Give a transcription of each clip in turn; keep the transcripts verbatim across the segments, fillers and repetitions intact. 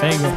Prego.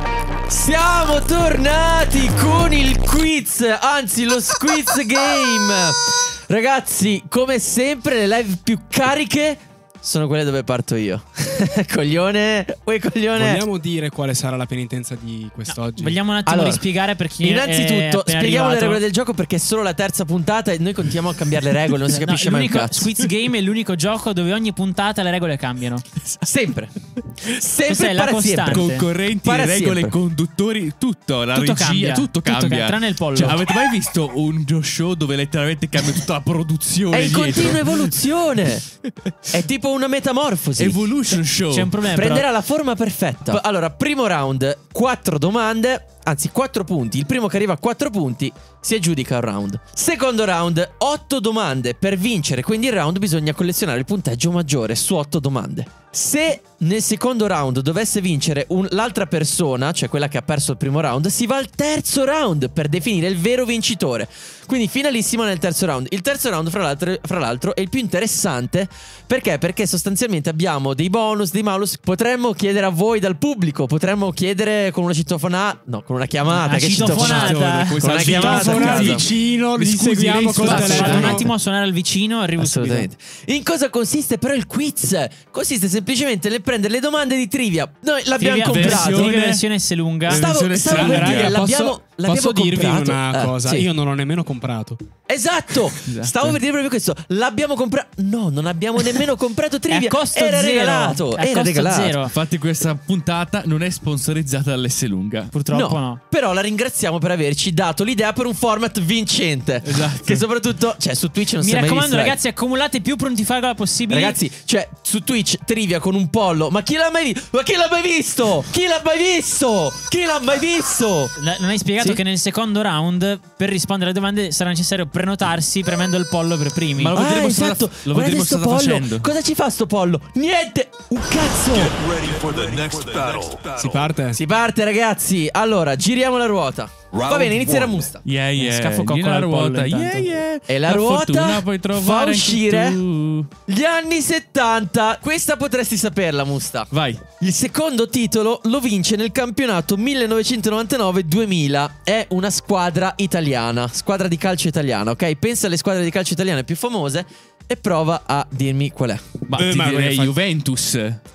Siamo tornati con il quiz, anzi lo Squiz Game. Ragazzi, come sempre le live più cariche sono quelle dove parto io. Coglione. Uè coglione. Vogliamo dire quale sarà la penitenza di quest'oggi? No, vogliamo un attimo Allora, rispiegare per chi innanzitutto è spieghiamo arrivato. le regole del gioco, perché è solo la terza puntata e noi continuiamo a cambiare le regole. Non si No, capisce mai un l'unico cazzo. Squiz Game è l'unico gioco dove ogni puntata le regole cambiano. Sempre. Sempre Questa è la para sempre. costante. Concorrenti, Para regole, sempre. conduttori, tutto, la Tutto regia, cambia, tutto tutto cambia. ca- tranne il pollo. Cioè, avete mai visto un Joe Show dove letteralmente cambia tutta la produzione È in dietro? continua evoluzione. È tipo una metamorfosi. Evolution Show. C'è un problema. Prenderà però. la forma perfetta. P- Allora, primo round, quattro domande. Anzi, quattro punti. Il primo che arriva a quattro punti si aggiudica il round. Secondo round, otto domande. Per vincere quindi il round bisogna collezionare il punteggio maggiore su otto domande. Se nel secondo round dovesse vincere un- l'altra persona, cioè quella che ha perso il primo round, si va al terzo round per definire il vero vincitore. Quindi finalissimo nel terzo round. Il terzo round, fra l'altro, fra l'altro è il più interessante. Perché? Perché sostanzialmente abbiamo dei bonus, dei malus. Potremmo chiedere a voi dal pubblico. Potremmo chiedere con una citofonata. No, con una chiamata. Una che citofonata. citofonata? Con una chiamata a Citofonata casa. vicino, li Scusi, seguiamo lei col sta- Vado telefono. un attimo a suonare al vicino. Arrivo Assolutamente. In cosa consiste però il quiz? Consiste semplicemente nel prendere le domande di trivia. Noi l'abbiamo subito. comprato. Versione, Versione- versione S lunga. Versione Stavo, versione stavo per raga, dire, Posso, l'abbiamo, l'abbiamo posso dirvi comprato. una Eh, cosa? sì. Io non l'ho nemmeno comprato. Esatto. Stavo per dire proprio questo. L'abbiamo comprato. No, non abbiamo nemmeno comprato trivia. È a costo Era zero. regalato. È a Era costo regalato. zero. Infatti questa puntata non è sponsorizzata dall'S Lunga. Purtroppo no. Però la ringraziamo per averci dato l'idea per un format vincente. Esatto. Che soprattutto, cioè, su Twitch non Mi si è mai raccomando, visto, ragazzi, accumulate più prontifagola possibile. Ragazzi, cioè, su Twitch trivia con un pollo. Ma chi l'ha mai visto? Ma chi l'ha mai visto? Chi l'ha mai visto? Chi l'ha mai visto? La- non hai spiegato Sì? che nel secondo round, per rispondere alle domande, sarà necessario prenotarsi premendo il pollo per primi. Ma lo Ah, vedremo esatto. strada- lo Guardate vedremo sto strada pollo. facendo. Cosa ci fa sto pollo? Niente. Un cazzo. Ready for the next battle. Si parte? Si parte, ragazzi. Allora, giriamo la ruota. Va Round bene, inizia la one. musta. Yeah, yeah. Scafo coccola Gira la al pollo ruota. intanto. Yeah, yeah. E la ruota fortuna puoi fa trovare anche uscire tu. gli anni settanta. Questa potresti saperla, Musta. Vai. Il secondo titolo lo vince nel campionato millenovecentonovantanove duemila. È una squadra italiana, squadra di calcio italiana, ok? Pensa alle squadre di calcio italiane più famose e prova a dirmi qual è. Ma Eh, ti ma direi cosa fa- Juventus.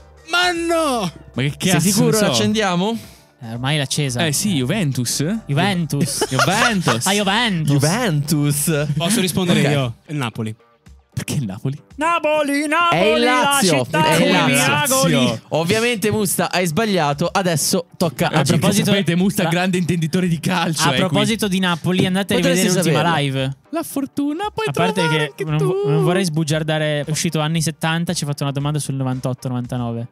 Ma no! Ma che cazzo Sei sicuro? ne so? Accendiamo? Eh, ormai l'ha accesa. Eh sì, Juventus. Juventus. Juventus. Ah, Juventus. Juventus. Posso rispondere Ok. io? Il Napoli. Perché il Napoli? Napoli, È Napoli, il Lazio. la città È il dei Lazio. miracoli. Ovviamente, Musta, hai sbagliato. Adesso tocca A a Gico. proposito- Sapete, Musta, la- grande intenditore di calcio. A eh, proposito di Napoli, andate a Potresti rivedere l'ultima saperlo. live. qui. La fortuna puoi A parte trovare che anche non, tu. vo- non vorrei sbugiardare. È uscito anni settanta. Ci ha fatto una domanda sul novantotto novantanove.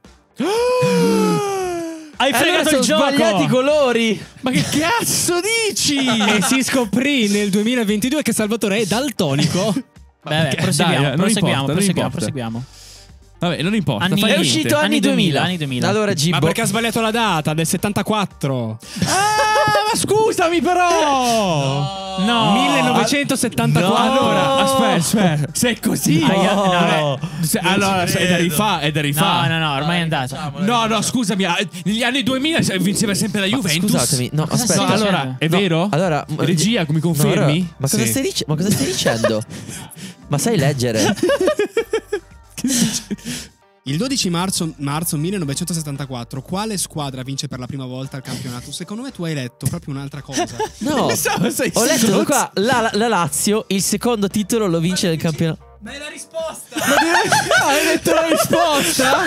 Hai Allora fregato sono il gioco. sbagliati i colori. Ma che cazzo dici? E si scoprì nel duemilaventidue che Salvatore è daltonico. Beh, perché- proseguiamo, dai, non proseguiamo, importa, non proseguiamo, importa. proseguiamo. Vabbè, non importa. Anni- fa È Niente. niente. uscito anni Anni duemila, duemila. anni duemila. Allora, Gibbo. Ma perché ha sbagliato la data? Del settantaquattro. Ah, ma scusami però. No. millenovecentosettantaquattro. Allora, aspetta, aspetta. Se è così. Ah, io- no, eh, se- allora, è da rifare, è da No, rifare. no, no, ormai è andata. No, no, scusami, eh, negli anni duemila se- vinceva sempre la Juventus. Scusatemi, no, cosa aspetta. No, stai allora, dicendo? è No, vero? allora, m- Regia, mi confermi? No, allora, ma, cosa Sì. stai dic- ma cosa stai dicendo? Ma sai leggere? Il dodici marzo, marzo millenovecentosettantaquattro, quale squadra vince per la prima volta il campionato? Secondo me tu hai letto proprio un'altra cosa. No, So, sei ho letto stronzo. qua la, la Lazio, il secondo titolo lo vince nel campionato. Ma è la risposta! Hai detto la risposta?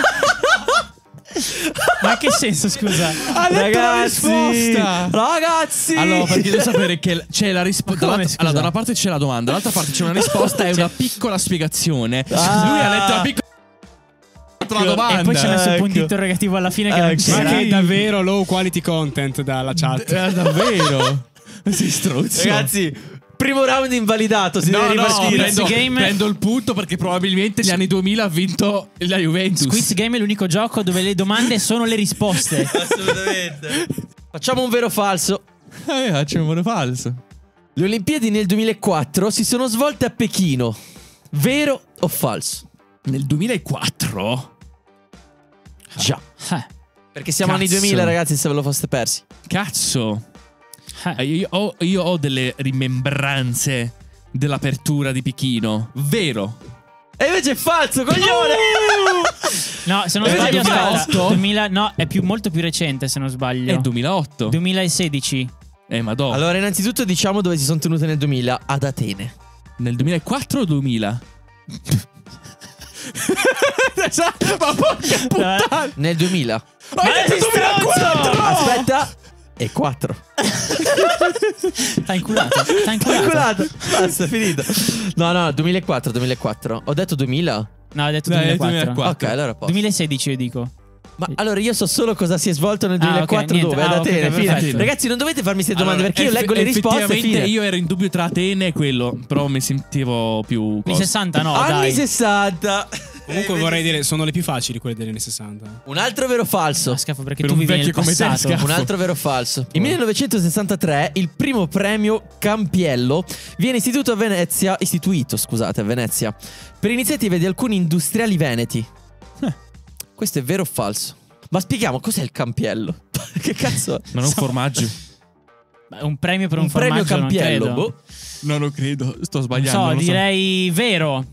Ma che senso, scusa? Ha detto la Ragazzi, risposta. ragazzi. Allora, perché devo sapere che c'è la risposta. come, Allora, da una scusa? parte c'è la domanda, dall'altra parte c'è una risposta e una piccola spiegazione. Ah. Lui ha letto la piccola la domanda. E poi ci ha messo il punto Ecco. interrogativo alla fine che non Ecco. Ma c'era. che è davvero low quality content dalla chat. Eh, davvero? Sei strozzo. Ragazzi, primo round invalidato, si No, deve no, ripartire. prendo, Game- prendo il punto perché probabilmente negli anni duemila ha vinto la Juventus. Quiz Game è l'unico gioco dove le domande sono le risposte. Assolutamente. Facciamo un vero o falso. Eh, facciamo un falso. Le Olimpiadi nel duemilaquattro si sono svolte a Pechino. Vero o falso? Nel duemilaquattro? Già. Eh, Perché siamo Cazzo. anni duemila, ragazzi, se ve lo foste persi. Cazzo. Eh, Eh, Io ho, io ho delle rimembranze dell'apertura di Pechino. Vero. E invece è falso, coglione! No, se non Eh, sbaglio, duemilaotto? aspetta, duemila no, è più, molto più recente se non sbaglio. È duemilaotto. duemilasedici. Eh, madò. Allora, innanzitutto diciamo dove si sono tenute nel duemila, ad Atene. Nel duemilaquattro o duemila? Ma porca puttana. Nel duemila. Ma è del duemilaquattro! Aspetta. E quattro. T'ha inculato. T'ha inculato. Calcolato. Basta, è finito. No, no, duemilaquattro, duemilaquattro. Ho detto duemila? No, ho detto Dai, duemilaquattro. duemilaquattro. Ok, allora a posto. duemilasedici io dico. Ma allora io so solo cosa si è svolto nel Ah, ok, duemilaquattro, niente. dove? Ad Ah, ok, Atene, fine. perfetto. Ragazzi, non dovete farmi queste domande, Allora, perché io eff- leggo le risposte e effettivamente fine. io ero in dubbio tra Atene e quello, però mi sentivo più Anni cosa. sessanta no, Anni dai. sessanta. Comunque vorrei dire, sono le più facili quelle degli anni sessanta. Un altro vero o falso? No, scafo, perché Per tu un vivi nel vecchio come te, passato. scafo. Un altro vero o falso? In millenovecentosessantatré il primo premio Campiello viene istituito a Venezia, istituito, scusate, a Venezia, per iniziative di alcuni industriali veneti. Questo è vero o falso? Ma spieghiamo cos'è il Campiello? Che cazzo? Ma non formaggio. Beh, un premio per un, Un premio formaggio, non Campiello? credo. Boh. No, non credo. Sto Non sbagliando. so, non lo so. direi vero.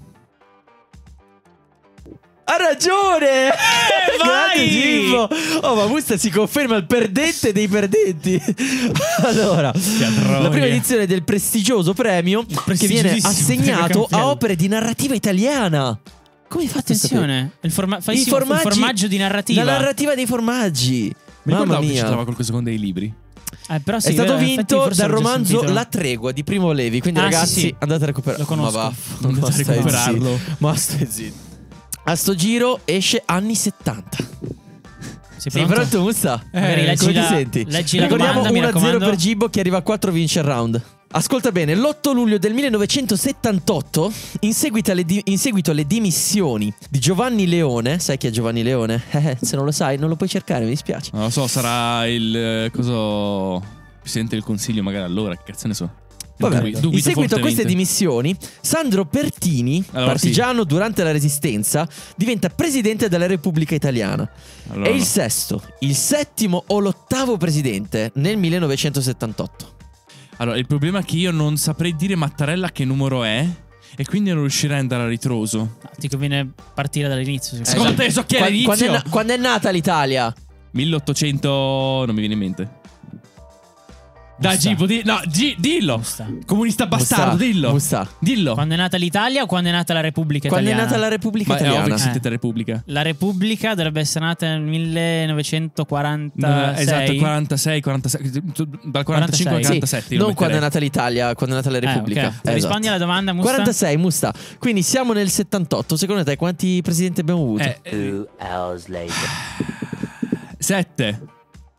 Ha ragione! Grande vai! Gimmo! Oh, ma Musta si conferma il perdente dei perdenti. Allora, droga. la prima edizione del prestigioso premio che viene prestigiosissimo assegnato premio a Campiello. opere di narrativa italiana. Come hai fatto a sapere? Attenzione, il, forma- fai I sì, il formaggi- formaggio di narrativa. La narrativa dei formaggi. Mi Mamma ricordavo che mia. c'entrava qualcosa con dei libri. Eh, però sì, È stato eh, infatti vinto forse dal l'ho già romanzo sentito. La tregua di Primo Levi. Quindi, Ah, ragazzi, sì, sì. andate a recuperare. Lo conosco. Ma va, Andate ma a stai recuperarlo. zitto. Ma stai zitto. A sto giro esce anni settanta. Sei Sì, pronto? pronto, Musta? Magari Eh, leggi come ti la- senti? leggi la Ricordiamo domanda, mi uno a zero raccomando. per Gibbo, chi arriva a quattro vince il round. Ascolta bene, l'otto luglio del millenovecentosettantotto, in seguito, alle di- in seguito alle dimissioni di Giovanni Leone, sai chi è Giovanni Leone? Eh, se non lo sai, non lo puoi cercare, mi dispiace. Non lo so, sarà il eh, coso Presidente del Consiglio magari allora, che cazzo ne so. Vabbè, Dubi- dubito in seguito a queste fortemente. dimissioni, Sandro Pertini, Allora, partigiano durante la Resistenza, diventa presidente della Repubblica Italiana. Allora, È il sesto, il settimo o l'ottavo presidente nel millenovecentosettantotto. allora, il problema è che io non saprei dire Mattarella che numero è e quindi non riuscirei ad andare a ritroso. No, ti conviene partire dall'inizio. secondo Secondo me. te so chi è Qua- all'inizio? quando, è na- quando è nata l'Italia? milleottocento non mi viene in mente. Dai, Musta. Gibbo, di- no, Gi- dillo. Musta. Comunista bastardo, Musta, dillo. Musta. Dillo. Quando è nata l'Italia o quando è nata la Repubblica Quando è Italiana? nata la Repubblica Ma è ovvio Italiana? che siete Repubblica. La Repubblica dovrebbe essere nata nel millenovecentoquarantasei. No, esatto, quarantasei, quarantasei, dal quarantacinque al quarantasei. Sì, quarantasette. io lo non quando è metterei. nata l'Italia, quando è nata la Eh, Repubblica. ok. Esatto. Rispondi alla domanda, Musta. quarantasei, Musta. Quindi siamo nel settantotto. Secondo te quanti presidenti abbiamo avuto? Eh, eh, Two hours later. sette.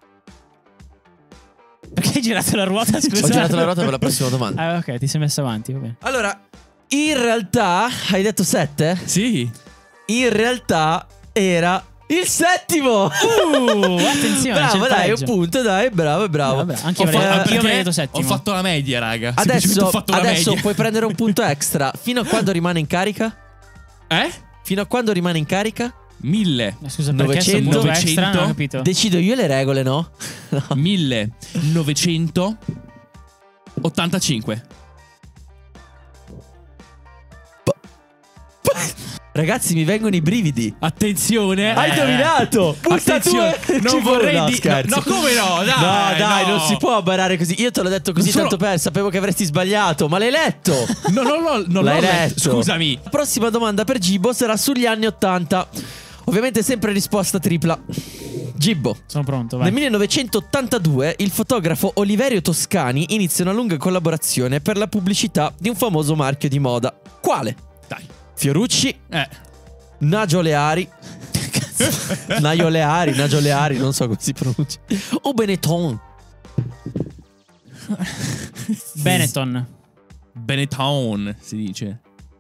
Perché hai girato la ruota? Scusa. Ho girato la ruota per la prossima domanda. Ah, ok, ti sei messo avanti. Va bene. Allora, in realtà, hai detto sette? Sì. In realtà era il settimo. Uh, attenzione. c'è Bravo, il dai, un pareggio. punto, dai, bravo, bravo. Vabbè, anche Ho io avrei- fa- anch'io eh, avrei detto settimo. Ho fatto la media, raga. Semplicemente Adesso, ho fatto la adesso media. puoi prendere un punto extra. Fino a quando rimane in carica? Eh? Fino a quando rimane in carica? mille. Eh, Scusa, perché sono novecento? punto extra? Non ho capito. Decido io le regole, no? No. millenovecentottantacinque. Ragazzi, mi vengono i brividi. Attenzione. Hai eh. indovinato! Busta Attenzione, tu e- non ci vorrei no, di- scherzo. no, no, come no? Dai, no, dai, no. non si può barare così. Io te l'ho detto così Non sono- tanto per, sapevo che avresti sbagliato, ma l'hai letto. No, no, no, non L'hai l'ho letto. letto. Scusami. La prossima domanda per Gibbo sarà sugli anni ottanta. Ovviamente sempre risposta tripla. Gibbo. Sono pronto, vai. Nel millenovecentottantadue il fotografo Oliverio Toscani inizia una lunga collaborazione per la pubblicità di un famoso marchio di moda. Quale? Dai. Fiorucci, Eh. Nagioleari. Nagioleari, Nagioleari, non so come si pronuncia. O Benetton. Benetton. Benetton si dice.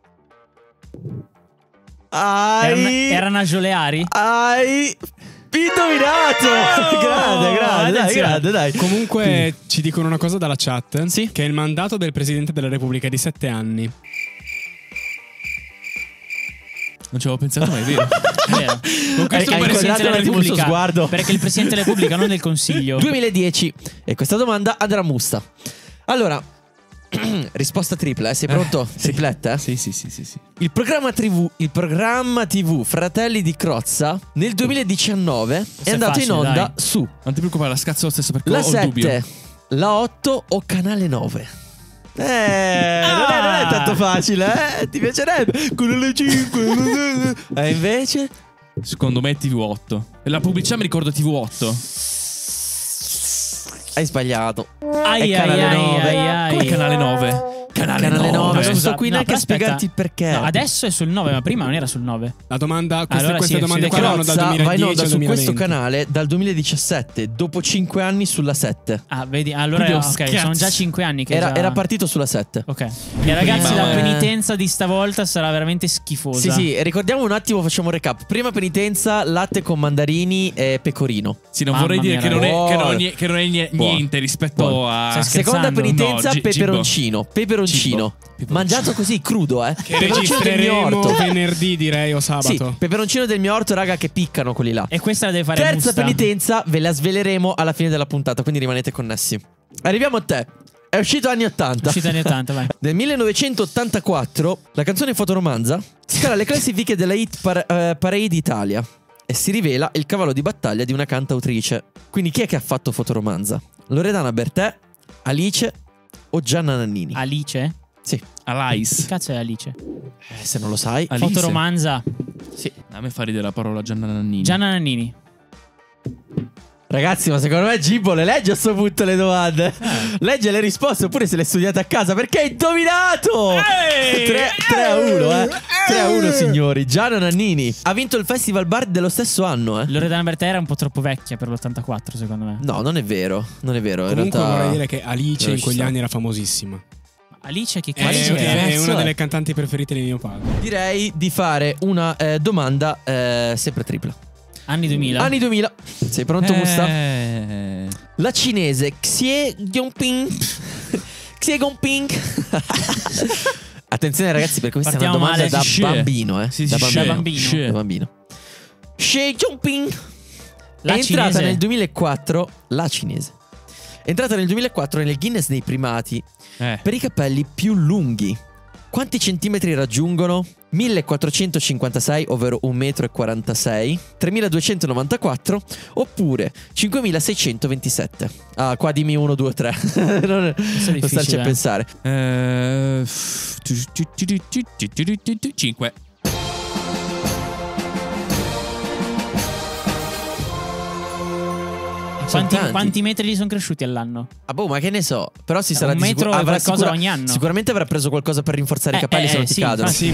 Erano, Hai erano Gioleari? Hai indovinato. Grande, grande, dai, attenzione. grande, dai. Comunque ci dicono una cosa dalla chat. Sì. Che il mandato del Presidente della Repubblica è di sette anni. Non ci avevo pensato mai, è vero. È vero. Con questo Hai- hai il Presidente inquadrato della un attimo il suo Repubblica. sguardo. Perché il Presidente della Repubblica, non del Consiglio. duemiladieci. E questa domanda andrà musta. Allora, risposta tripla, eh? Sei pronto? sì. Tripletta? eh? Sì, sì, sì, sì, sì. Il programma tivù, il programma tivù Fratelli di Crozza nel duemiladiciannove è è andato facile, in onda dai. su Non ti preoccupare, la scazzo lo stesso perché la ho il dubbio. sette, la otto o Canale nove. Eh, non, è, non è tanto facile, eh? Ti piacerebbe? Con le cinque. E invece? Secondo me è T V otto. E la pubblicità mi ricordo T V otto. Hai sbagliato. Ai È ai Canale ai nove. ai ai. Come Canale nove? Canale nove. Ma Non scusa, sto qui no, neanche a però aspetta. spiegarti il perché. No, adesso è sul nove, ma prima non era sul nove. La domanda, queste, Allora queste sì, domande si qua vede vanno dal Crozza va in duemiladieci onda al su questo duemilaventi. canale dal duemiladiciassette, dopo cinque anni sulla sette. Ah, vedi, allora Proprio ok, scherzo. sono già cinque anni che Era, già... era partito sulla sette. Ok. E ragazzi, Prima, la eh. penitenza di stavolta sarà veramente schifosa. Sì, sì, e ricordiamo un attimo, facciamo un recap. Prima penitenza, latte con mandarini e pecorino. Sì, non Mamma vorrei dire mia, che non, è, che, non è, buono. nie- che non è nie- Buono. niente rispetto Buono. a. Stai scherzando? Seconda penitenza, No, gi- peperoncino. Peperoncino. Cibo. Peperoncino. Mangiato così, crudo, eh. Che Peperoncino del mio registreremo orto. venerdì, direi, o Sì, sabato. peperoncino del mio orto, raga, che piccano quelli là. E questa la deve fare Terza Musta. penitenza, ve la sveleremo alla fine della puntata, quindi rimanete connessi. Arriviamo a te. È uscito anni ottanta. Uscita anni ottanta, vai. Nel millenovecentottantaquattro la canzone Fotoromanza scala le classifiche della Hit par- eh, Parade Italia e si rivela il cavallo di battaglia di una cantautrice. Quindi chi è che ha fatto Fotoromanza? Loredana Bertè, Alice o Gianna Nannini? Alice? Sì, Che Alice. cazzo è Alice? eh, se non lo sai. Alice. Fotoromanza. Sì. A me fa ridere la parola Gianna Nannini. Gianna Nannini. Ragazzi, ma secondo me Gibbo le legge a sto punto le domande. Legge le risposte oppure se le studiate a casa perché hai indovinato! tre a uno, eh. tre a uno, signori. Gianna Nannini ha vinto il Festival Bar dello stesso anno, eh. Loredana Bertè era un po' troppo vecchia per l'ottantaquattro, secondo me. No, non è vero. Non è vero. In Comunque realtà... vorrei dire che Alice Non in ci quegli sta. anni era famosissima. Alice che È, cazzo Alice che è? è cazzo una è? delle cantanti preferite di mio padre. Direi di fare una eh, domanda eh, sempre tripla. Anni duemila. Anni duemila. Sei pronto, Musta? Eh. La cinese Xie Jinping. Xie Jinping. Attenzione, ragazzi, perché questa Partiamo è una domanda male. da Sì. bambino, eh. Sì, da sì, bambino. da bambino. Sì. Da bambino. Xie Jinping. La è entrata cinese. nel duemilaquattro. La cinese. È entrata nel duemilaquattro nel Guinness dei primati Eh. per i capelli più lunghi. Quanti centimetri raggiungono? millequattrocentocinquantasei, ovvero un metro e quarantasei, tremiladuecentonovantaquattro oppure cinquemilaseicentoventisette. Ah, qua dimmi uno, due, tre. non Questo è non starci a difficile, eh. pensare. Eh, cinque. Quanti, tanti. quanti metri gli sono cresciuti all'anno? Ah, boh, ma che ne so. Però si Eh, sarà un di metro sicuro- e avrà qualcosa ogni anno. Sicuramente avrà preso qualcosa per rinforzare Eh, i capelli eh, se non ti sì, cadono. ah, sì.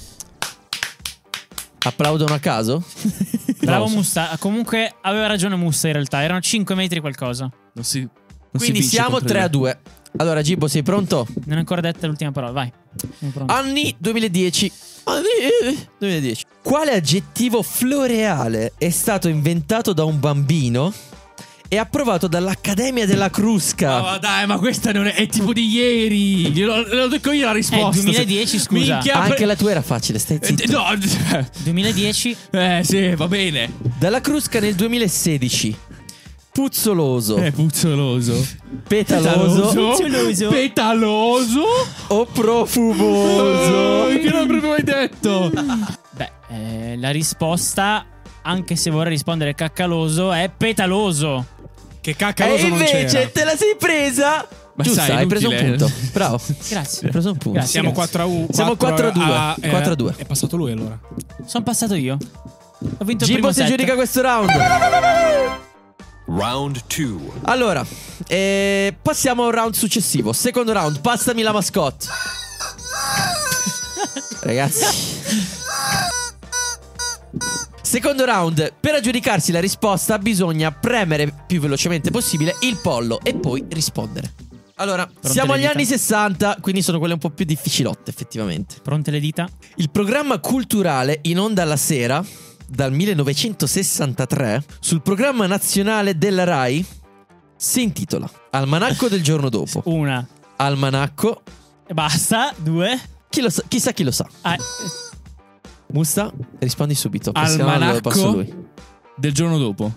Applaudono a caso? Bravo No. Musta. Comunque aveva ragione Musta in realtà. Erano cinque metri qualcosa. Non si, non si Quindi vince siamo contro tre di- a due. Allora, Gibbo, sei pronto? Non è ancora detta l'ultima parola. Vai. Sono pronto. Anni duemiladieci. Anni duemiladieci. Quale aggettivo floreale è stato inventato da un bambino e approvato dall'Accademia della Crusca? Ma dai, ma questa non è, è tipo di ieri. Glielo, glielo dico io la risposta. Eh, duemiladieci, scusa. Minchia, Anche pre- la tua era facile, stai Eh, zitto. No, duemiladieci. eh sì, va bene. Dalla Crusca nel duemilasedici. Puzzoloso, È puzzoloso. petaloso Puzzoloso. Petaloso. o profumoso? Oh, che non l'avrei mai detto. Beh, eh, la risposta, anche se vorrei rispondere caccaloso, è petaloso. Che E caccaloso non invece c'era. te la sei presa? Ma Giusta, sai, hai preso un inutile. punto. Bravo. Grazie. Hai preso un punto. Grazie. Siamo quattro a uno. Siamo quattro a due. eh, quattro a due. È passato lui allora. Sono passato io. Ho vinto il Gibbo primo si set. giudica questo round. Round two. Allora, eh, passiamo a un round successivo. Secondo round, passami la mascotte. Ragazzi. Secondo round, per aggiudicarsi la risposta bisogna premere più velocemente possibile il pollo e poi rispondere. Allora, siamo le agli dita? anni sessanta, quindi sono quelle un po' più difficilotte effettivamente. Pronte le dita? Il programma culturale in onda alla sera dal millenovecentosessantatré sul programma nazionale della Rai si intitola Almanacco del giorno dopo. Una. Almanacco, E basta. Due. chi lo sa, chissà chi lo sa. Ah, eh, Musta, rispondi subito. perché sennò lo passo a Almanacco lui. del giorno dopo.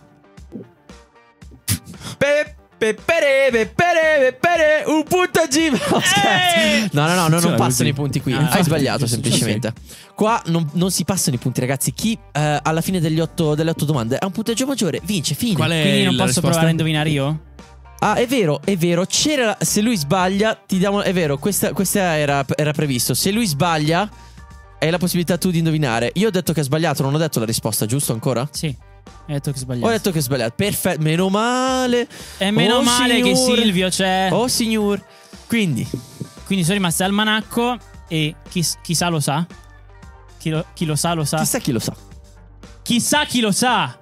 Pe- pe- pere- pe- pere- pere- un punto a Jim. No, scherzo. No, no, no, no, non Funziona passano così. i punti qui. Ah, Hai infatti, sbagliato giusto, semplicemente. Qua non, non si passano i punti, ragazzi. Chi eh, alla fine degli otto, delle otto domande ha un punteggio maggiore vince. Fine. Qual è Quindi non la posso risposta? provare a indovinare io? Ah, è vero, è vero. C'era la- se lui sbaglia, ti diamo. È vero, questa, questa era, era previsto. Se lui sbaglia, hai la possibilità tu di indovinare. Io ho detto che ha sbagliato, non ho detto la risposta, giusto ancora? Sì. Hai detto che sbagliato. Ho detto che è sbagliato. Perfetto, meno male. E meno Oh, male che signor. Silvio c'è. Oh, signor. Quindi, Quindi sono rimaste Almanacco e chi, chissà lo sa. Chi lo, chi lo sa lo sa. chissà chi lo sa. Chissà chi lo sa.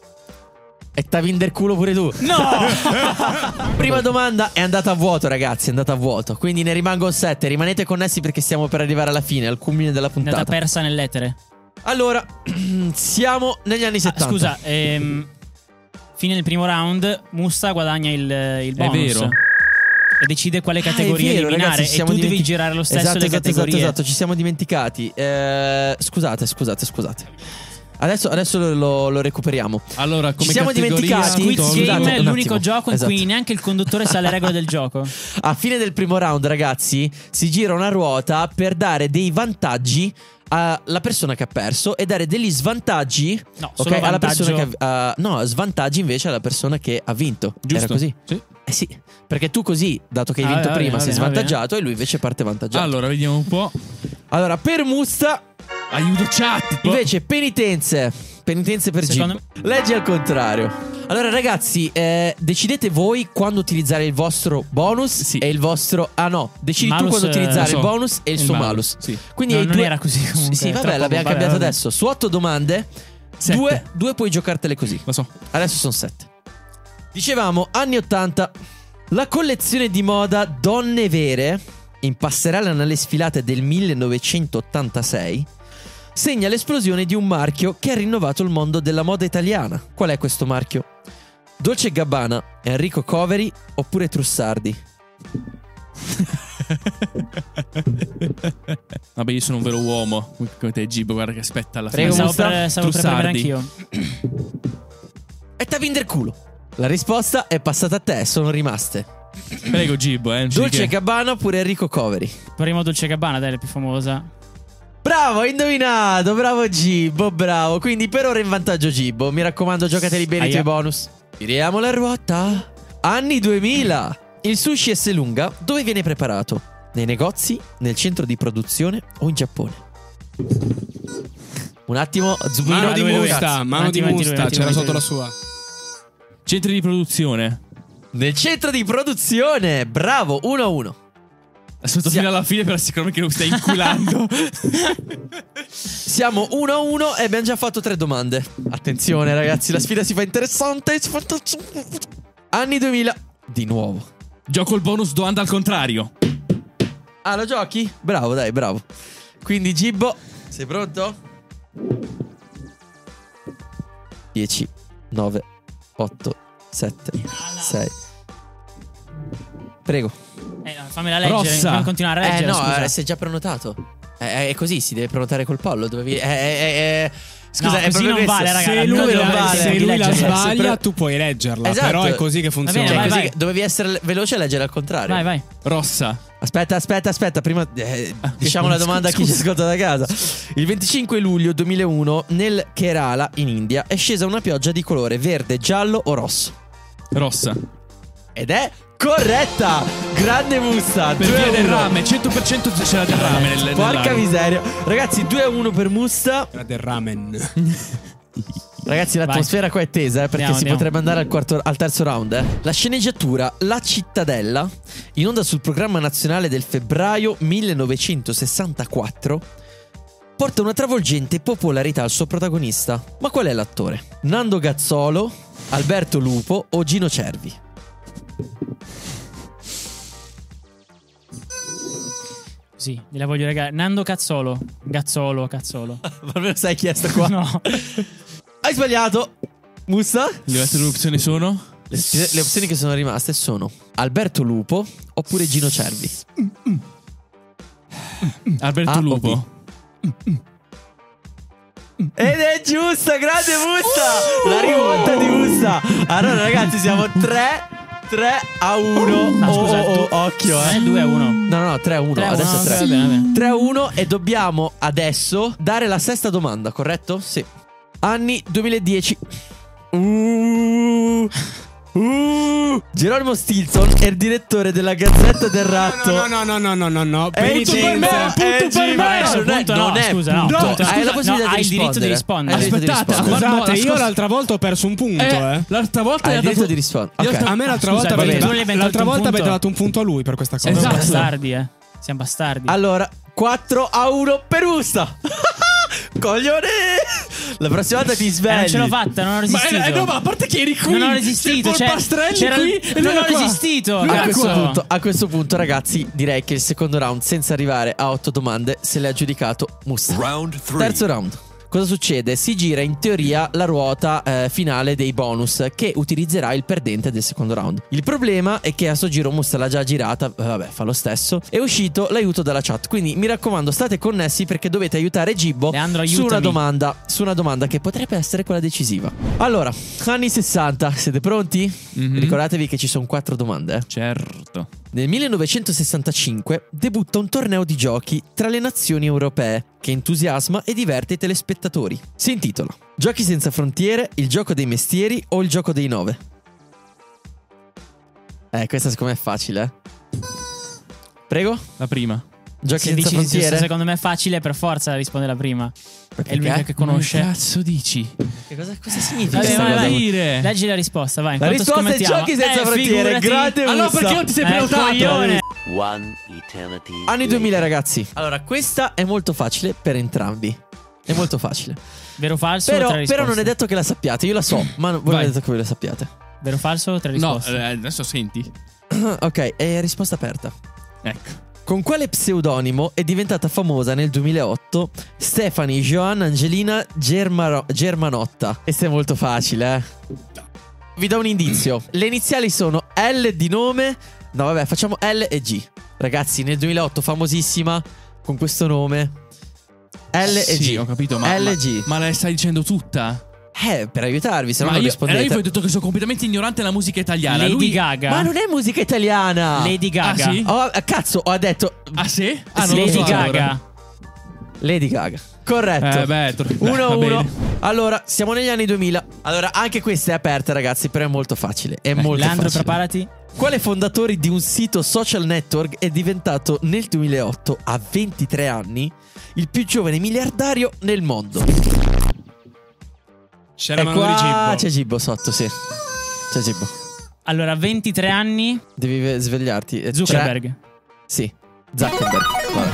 E t'avi in del culo pure tu. No! Prima domanda è andata a vuoto, ragazzi. È andata a vuoto. Quindi ne rimangono sette. Rimanete connessi perché stiamo per arrivare alla fine, al culmine della È andata puntata. persa nell'etere. Allora, siamo negli anni Ah, settanta. scusa, ehm, fine del primo round, Musta guadagna il, il bonus. vero. E decide quale Ah, è categoria vero, eliminare. ragazzi, ci E siamo tu devi dimenti- girare lo stesso esatto, le esatto, categorie. Esatto, esatto, ci siamo dimenticati. Eh, scusate, scusate, scusate. Adesso, adesso lo, lo- lo recuperiamo. Allora, come Ci siamo categoria, dimenticati. Squid Scusate, Game un è l'unico attimo. gioco in Esatto. cui neanche il conduttore sa le regole del gioco. A fine del primo round, ragazzi, si gira una ruota per dare dei vantaggi alla persona che ha perso e dare degli svantaggi, No, ok, solo alla vantaggio. persona che ha, uh, no, svantaggi invece alla persona che ha vinto. Giusto. Era così? Sì. Eh sì, perché tu così, dato che hai Ah, vinto va prima, bene, sei va bene, va svantaggiato e lui invece parte vantaggiato. Allora, vediamo un po'. Allora, per Musta Aiuto chat. invece penitenze. Penitenze per Secondo Gib. Leggi al contrario. Allora, ragazzi, eh, decidete voi quando utilizzare il vostro bonus Sì. e il vostro. Ah, no, decidi Malus, tu quando eh, utilizzare lo so. il bonus e il, Il suo malus, malus. sì. Quindi No, hai non due... era così comunque, Sì, vabbè, troppo- l'abbiamo vabbè, cambiato vabbè. adesso. Su otto domande, Sette. due, due puoi giocartele così. Lo so. Adesso sono sette. Dicevamo, anni ottanta. La collezione di moda Donne Vere, in passerella nelle sfilate del millenovecentottantasei, segna l'esplosione di un marchio che ha rinnovato il mondo della moda italiana. Qual è questo marchio? Dolce e Gabbana, Enrico Coveri oppure Trussardi? Vabbè, io sono un vero uomo. Come te, Gib, guarda che aspetta alla Prego, fine. Stavo Musta, per, stavo per prendere Trussardi. anch'io. E t'ha vinto il culo. La risposta è passata a te, sono rimaste Prego, Gib, eh. non ci Dolce di e che. Gabbana oppure Enrico Coveri. Primo Dolce Gabbana, dai, la più famosa. Bravo, hai indovinato, bravo Gibbo, bravo. Quindi per ora in vantaggio Gibbo. Mi raccomando, giocateli bene i Aia. tuoi bonus. Giriamo la ruota. Anni duemila. Il sushi S lunga dove viene preparato? Nei negozi, nel centro di produzione o in Giappone? Un attimo, Zubino. Mano di lui, lui, Musta, ragazzi. mano di Avanti, avanti, Musta, avanti, c'era avanti, sotto la avanti. sua. Centri di produzione. Nel centro di produzione. Bravo, uno a uno. Aspetta Sia- fino alla fine per assicurarmi che non stai inculando. Siamo uno a uno e abbiamo già fatto tre domande. Attenzione ragazzi, la sfida si fa interessante. Si fa- Anni duemila. Di nuovo. Gioco il bonus domanda al contrario. Ah, lo giochi? Bravo, dai, bravo. Quindi Gibbo, sei pronto? dieci, nove, otto, sette, sei. Prego. Eh, no, fammela leggere. Rossa. Non continuare a leggere. eh no, scusa. eh, sei già prenotato. Eh, è così, si deve prenotare col pollo. Dovevi... Eh, eh, eh, scusa, No, è così proprio non questo. vale, raga. Se la lui, cosa non la, deve vale. essere se di lui la leggerla. sbaglia, tu puoi leggerla. Esatto. Però è così che bene, funziona. Cioè, vai, così vai. che dovevi essere veloce e leggere al contrario. Vai, vai. Rossa. Aspetta, aspetta, aspetta. Prima eh, diciamo la domanda a chi ci ascolta da casa. Il venticinque luglio duemilauno nel Kerala, in India, è scesa una pioggia di colore verde, giallo o rosso. Rossa. Ed è corretta! Grande Musta. Per due a via del uno. rame. cento per cento c'era del rame nel, Porca nell'aria. miseria. Ragazzi, due a uno per Musta. Era del ramen. Ragazzi, l'atmosfera qua è tesa, eh, perché Andiamo, si andiamo. potrebbe andare al, quarto, al terzo round. Eh. La sceneggiatura La Cittadella, in onda sul programma nazionale del febbraio millenovecentosessantaquattro, porta una travolgente popolarità al suo protagonista. Ma qual è l'attore? Nando Gazzolo, Alberto Lupo o Gino Cervi? Sì, gliela voglio regalare. Nando Cazzolo. Gazzolo, Cazzolo. Ma me lo sai chi è sto qua? No. Hai sbagliato. Musta? Le altre due opzioni sono? Le, le opzioni che sono rimaste sono Alberto Lupo oppure Gino Cervi. Alberto A o Lupo. Ed è giusta, grande Musta. La rimonta di Musta. Allora ragazzi siamo tre a uno. No, oh, scusa, oh, tu- oh, occhio eh. Eh, due a uno. No no tre a uno. tre a uno, Adesso è ok, tre. va bene, va bene. tre a uno e dobbiamo adesso dare la sesta domanda, corretto? Sì. Anni duemiladieci. Uh, uh. Geronimo Stilton è il direttore della Gazzetta del Ratto. No, no, no, no, no, no, no. È Penitenza. per me, è Punto per me. Gmail. Non è- Punto no, non è scusa, no, punto. punto, Hai scusa, la possibilità no, di hai il diritto di rispondere. rispondere. Hai il diritto di Aspettate, rispondere. ma no, Scusate, io nascosto- l'altra volta ho perso un punto, eh. Eh, l'altra volta Hai gli il ha diritto dato di rispondere. Io- Ok. A me l'altra Scusa, volta perché avete tu gli hai l'altra tolto un volta punto. avete dato un punto a lui per questa cosa. Siamo Esatto. bastardi, eh. Siamo bastardi. Allora, quattro a uno per Musta. Coglione. La prossima volta ti Eh, svegli. non ce l'ho fatta, non ho Ma, resistito. eh, no, ma a parte che eri qui. Non ho resistito, c'è cioè, Polpastrelli c'era- qui e lui non era ho qua. resistito, Lui A era questo, qua. punto, a questo punto, ragazzi, direi che il secondo round, senza arrivare a otto domande, se l'è aggiudicato Musta. Round three. Terzo round. Cosa succede? Si gira in teoria la ruota eh, finale dei bonus che utilizzerà il perdente del secondo round. Il problema è che a sto giro Musta l'ha già girata, eh, vabbè, fa lo stesso. È uscito l'aiuto dalla chat. Quindi mi raccomando, state connessi perché dovete aiutare Gibbo Leandro, su una aiutami. domanda, su una domanda che potrebbe essere quella decisiva. Allora, anni sessanta, siete pronti? Mhm. Ricordatevi che ci sono quattro domande. eh. Certo. Nel millenovecentosessantacinque debutta un torneo di giochi tra le nazioni europee che entusiasma e diverte i telespettatori. Si intitola Giochi senza frontiere, il gioco dei mestieri o il gioco dei nove? Eh, questa secondo me è facile, eh. Prego? La prima. Giochi Se senza dici frontiere? secondo me è facile, per forza risponde la prima. Perché? È l'unica che conosce. Che cazzo dici? Che cosa, cosa significa Vabbè, questa vai, cosa? vai. dire? Leggi la risposta, vai. La Quanto risposta è scommettiamo? giochi senza Eh, frontiere, figurati. grande Ah no, Musta. perché non ti sei Eh, prenotato? coglione. One eternity. Anni later. duemila, ragazzi. Allora, questa è molto facile per entrambi. È molto facile. Vero o falso? Però, tre però risposte. non è detto che la sappiate. Io la so, ma non- voi non Vai. è detto che voi la sappiate. Vero o falso? Tre No, risposte. eh, adesso senti. Ok, è risposta aperta. Ecco. Con quale pseudonimo è diventata famosa nel duemilaotto Stephanie Joanne Angelina Germaro- Germanotta? Questo è molto facile, eh. Vi do un indizio. Le iniziali sono L di nome. No, vabbè, facciamo L e G. Ragazzi, nel duemilaotto famosissima con questo nome. L e Sì, G. ho capito, ma, L ma, e G. ma la stai dicendo tutta? Eh, per aiutarvi, se no Ma non io, rispondete. allora io vi ho detto che sono completamente ignorante alla musica italiana. Lady Lui... Gaga. Ma non è musica italiana. Lady Gaga. Ah, sì? Oh, cazzo, ho detto Ah sì? Ah, non lo Lady so, Gaga. allora. Lady Gaga. Corretto. Eh beh, tor- beh, uno a va uno. bene. Allora, siamo negli anni duemila. Allora, anche questa è aperta, ragazzi, però è molto facile. È molto Leandro, facile. preparati. Quale fondatore di un sito social network è diventato nel duemilaotto, a ventitré anni, il più giovane miliardario nel mondo? C'è E la mano di qua Gibbo. c'è Gibbo sotto, sì. C'è Gibbo. Allora, ventitré anni. Devi ve- svegliarti. Eh, Zuckerberg. tre- Sì, Zuckerberg. Vabbè.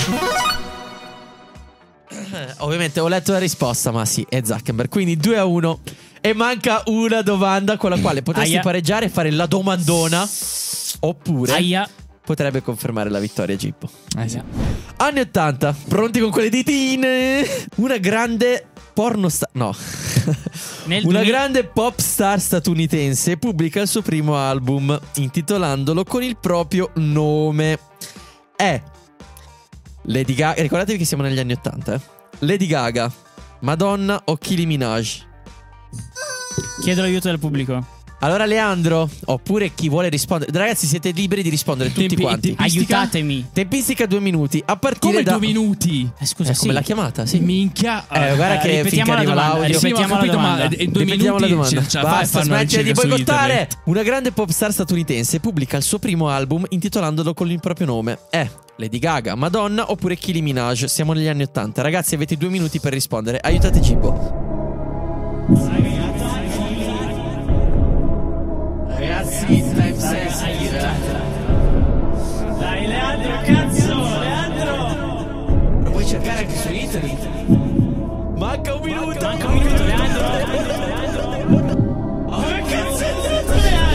Eh, Ovviamente ho letto la risposta, ma sì, è Zuckerberg. Quindi due a uno. E manca una domanda con la quale potresti Aia. pareggiare e fare la domandona. Oppure Aia. potrebbe confermare la vittoria Gippo. Eh sì. Anni ottanta, pronti con quelle ditine? Una grande porno star. No. Nel Una duemila grande pop star statunitense pubblica il suo primo album intitolandolo con il proprio nome. È Lady Gaga. Ricordatevi che siamo negli anni ottanta, eh? Lady Gaga, Madonna o Kylie Minaj? Chiedo l'aiuto del pubblico. Allora Leandro, oppure chi vuole rispondere. Ragazzi, siete liberi di rispondere tutti Tempi- quanti. tempi- Tempistica? Aiutatemi. Tempistica due minuti. A partire Come da due minuti? Eh, scusa, Eh, sì. come l'ha chiamata? Sì. Minchia. Eh, guarda eh, che finché ripetiamo la arriva domanda, l'audio. Sì, ma ho ripetiamo la capito, ma domanda. in due Ripetiamo la minuti domanda. ce la fai a Basta, fare una smettila di ricerca su boicottare. internet? Una grande pop star statunitense pubblica il suo primo album intitolandolo con il proprio nome. È Lady Gaga, Madonna oppure Kylie Minaj? Siamo negli anni ottanta. Ragazzi, avete due minuti per rispondere. Aiutate Gibbo. Ragazzi, time sensitive. Dai, Leandro, cazzo, Leandro. Lo puoi cercare anche su internet. Manca un minuto. Manca un minuto, Leandro. Dove cazzo è entrato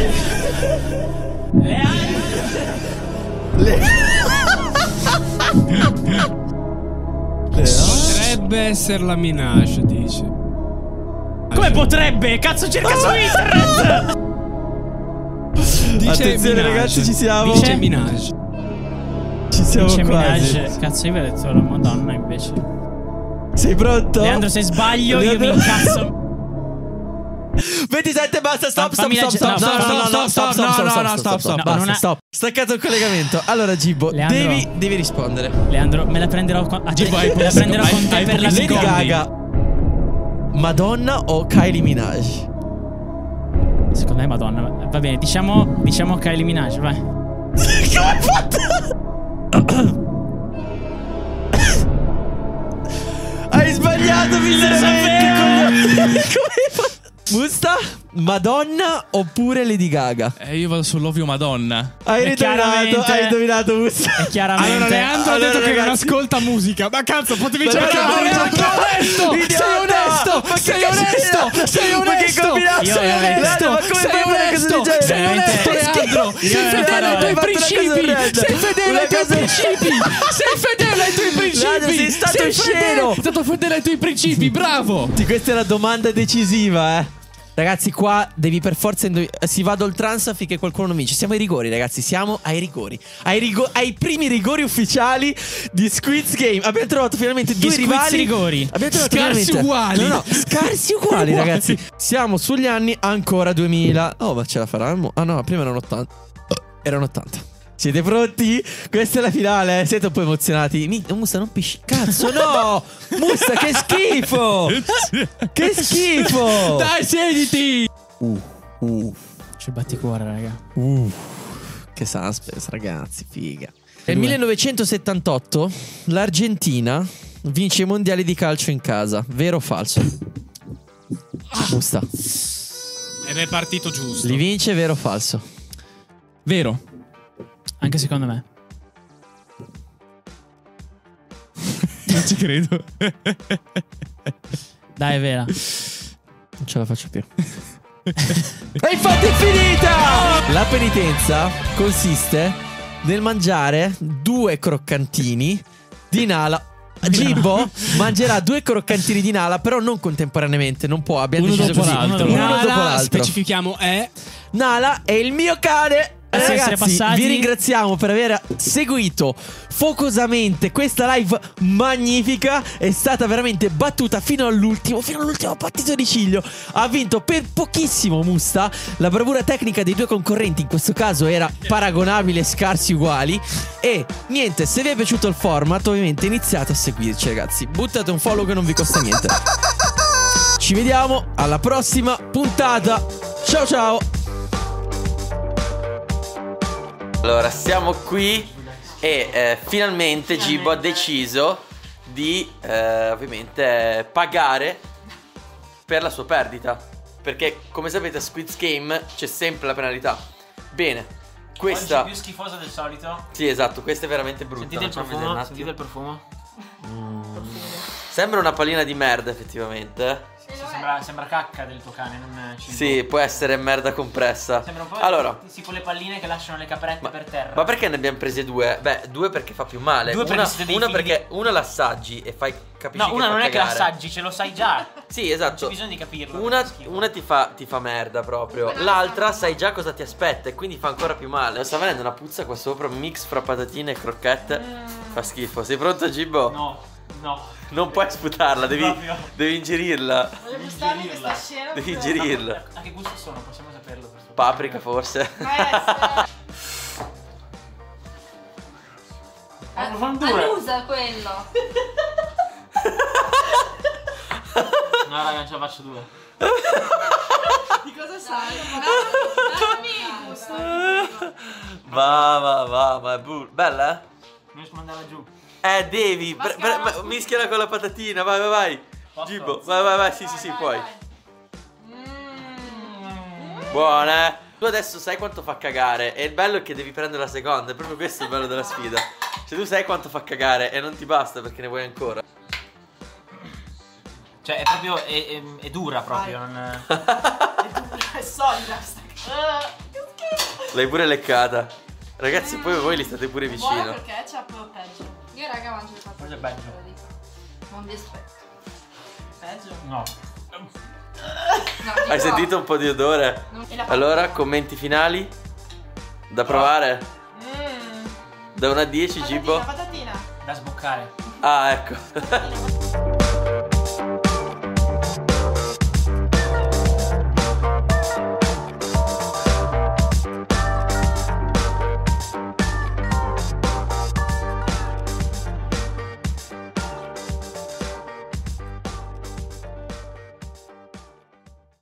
Leandro? Leandro. Potrebbe essere la Minaj, dice. Come potrebbe? Cazzo, cerca su internet. Dice Attenzione, Minaj. ragazzi, ci siamo. Dice Minaj. Ci siamo Dice quasi. Minaj. Cazzo, io avevo detto la Madonna invece. Sei pronto? Leandro, se sbaglio io mi Leandro- incazzo. ventisette, basta, stop, stop, Fammi stop, leggere- stop, no, stop, no, no, no, stop, stop, stop, no, stop, no, stop, stop, stop, no, basta, non ha- stop. Staccato il collegamento. Allora, Gibbo, Leandro. devi, devi rispondere. Leandro, me la prenderò con, a te, Gibbo, hai me la pochi prenderò secondi. con te Hai per la pochi Lady seconda. secondi. Gaga, Madonna o Kylie Minaj? Secondo me Madonna. Va bene, diciamo, diciamo Kylie Minaj, vai. Come hai fatto? Hai sbagliato miseramente. Come hai fatto? Musta, Madonna oppure Lady Gaga? Eh, io vado sull'ovvio Madonna. Hai E indovinato, chiaramente- hai indovinato Musta. E chiaramente Allora, Leandro Allora, ha detto che non ragazzi- ascolta musica. Ma cazzo, potevi Ma cercare no, di no, giocare. no, onesto, Sei idiota! onesto, Ma che sei cazzo onesto, è? sei Ma che onesto, combinato? sei Io- onesto, Ma come sei fai a fare onesto, cosa del genere? sei onesto, Veramente? Leandro. Io Sei non fedele farò- ai tuoi hai fatto una principi. cosa orrenda. Sei fedele Una ai tuoi cosa- principi. Sei fedele ai tuoi Leandro, principi. sei stato Sei scemo. fedele- Sei stato fedele ai tuoi principi, bravo. Sì, questa è la domanda decisiva, eh. Ragazzi, qua devi per forza indovi- si va ad oltranza finché qualcuno non vince. Siamo ai rigori, ragazzi. Siamo ai rigori. Ai, rigo- ai primi rigori ufficiali di Squid's Game. Abbiamo trovato finalmente due Squid's rivali. rigori. Abbiamo trovato Scarsi finalmente uguali. No, no, scarsi uguali, ragazzi. Siamo sugli anni ancora duemila. Oh, ma ce la faranno? Ah, no, prima erano ottanta. Erano ottanta. Siete pronti? Questa è la finale, eh? Siete un po' emozionati? Mi- Musta, non pisci. Cazzo, no! Musta, che schifo! Che schifo! Dai, siediti. Uh, uh, C'è il batticuore, raga. uh. Che suspense, ragazzi, figa. Nel millenovecentosettantotto l'Argentina vince i mondiali di calcio in casa. Vero o falso? Musta. Ed è partito giusto. Li vince, vero o falso? Vero. Anche secondo me. Non ci credo. Dai, è vera. Non ce la faccio più. E infatti è finita! La penitenza consiste nel mangiare due croccantini di Nala. Gibbo mangerà due croccantini di Nala, però non contemporaneamente, non può, abbiamo Uno deciso dopo così. l'altro. Uno Nala, dopo l'altro. specifichiamo, è Nala è il mio cane. Grazie di essere Ragazzi, passati. vi ringraziamo per aver seguito focosamente questa live magnifica. È stata veramente battuta fino all'ultimo, fino all'ultimo battito di ciglio. Ha vinto per pochissimo Musta. La bravura tecnica dei due concorrenti in questo caso era paragonabile, scarsi uguali. E niente, se vi è piaciuto il format, ovviamente iniziate a seguirci, ragazzi. Buttate un follow che non vi costa niente. Ci vediamo alla prossima puntata. Ciao ciao. Allora, siamo qui e eh, finalmente Gibbo ha deciso di eh, ovviamente pagare per la sua perdita. Perché come sapete a Squid's Game c'è sempre la penalità. Bene, questa... Oggi è più schifosa del solito. Sì, esatto, questa è veramente brutta. Sentite il Facciamo vedere un profumo? attimo. Sentite il profumo? Sembra una pallina di merda effettivamente. Sì, sembra, sembra cacca del tuo cane, non cibo. Sì, può essere merda compressa. Sembra un po' Allora, tipo le palline che lasciano le caprette per terra. ma perché ne abbiamo prese due? Beh, due perché fa più male. Due perché una siete dei una figli perché una l'assaggi e fai capisci No, una che fa non è che cagare. l'assaggi, ce lo sai già. Sì, esatto. C'è bisogno di capirlo. Una, Fa schifo. una ti, fa, ti fa merda proprio. L'altra sai già cosa ti aspetta e quindi fa ancora più male. Sta venendo una puzza qua sopra, un mix fra patatine e crocchette. Fa schifo. Sei pronto, Gibbo? No, no. Non puoi sputarla, devi, Proprio. devi ingerirla. Voglio gustarmi questa scena. Devi proprio- ingerirla. A che gusto sono? Possiamo saperlo. Per favore. Paprika forse. Eh, Ma sì. sono due. Annusa quello. No, raga, non ce la faccio due. Di cosa sai? Dammi. Va, va, va, va. è bu- Bella, eh? Non riesco a mandarla giù. Eh, devi. Ma Pre- pre- scala- ma- mischiala con la patatina. Vai, vai, vai. Posso? Gibbo, vai, vai, vai. Sì, sì, sì, Vai, puoi. vai. Mm. Buona, eh. Tu adesso sai quanto fa cagare. E il bello è che devi prendere la seconda. È proprio questo il bello della sfida. Se tu sai quanto fa cagare e non ti basta perché ne vuoi ancora. Cioè, è proprio. È, è, è dura proprio. Non... È solida sta. L'hai pure leccata. Ragazzi, poi voi li state pure Buona vicino. perché c'è proprio peggio. Io raga mangio le patate. Cosa è peggio? ve lo dico. Non vi aspetto. Peggio? No. No, Hai dico- sentito un po' di odore? Non- e la Allora, patate? commenti finali? Da provare? Mm. Da uno a dieci, Patatina, Gibbo? patatina. Da sboccare. Ah, ecco. Patatina,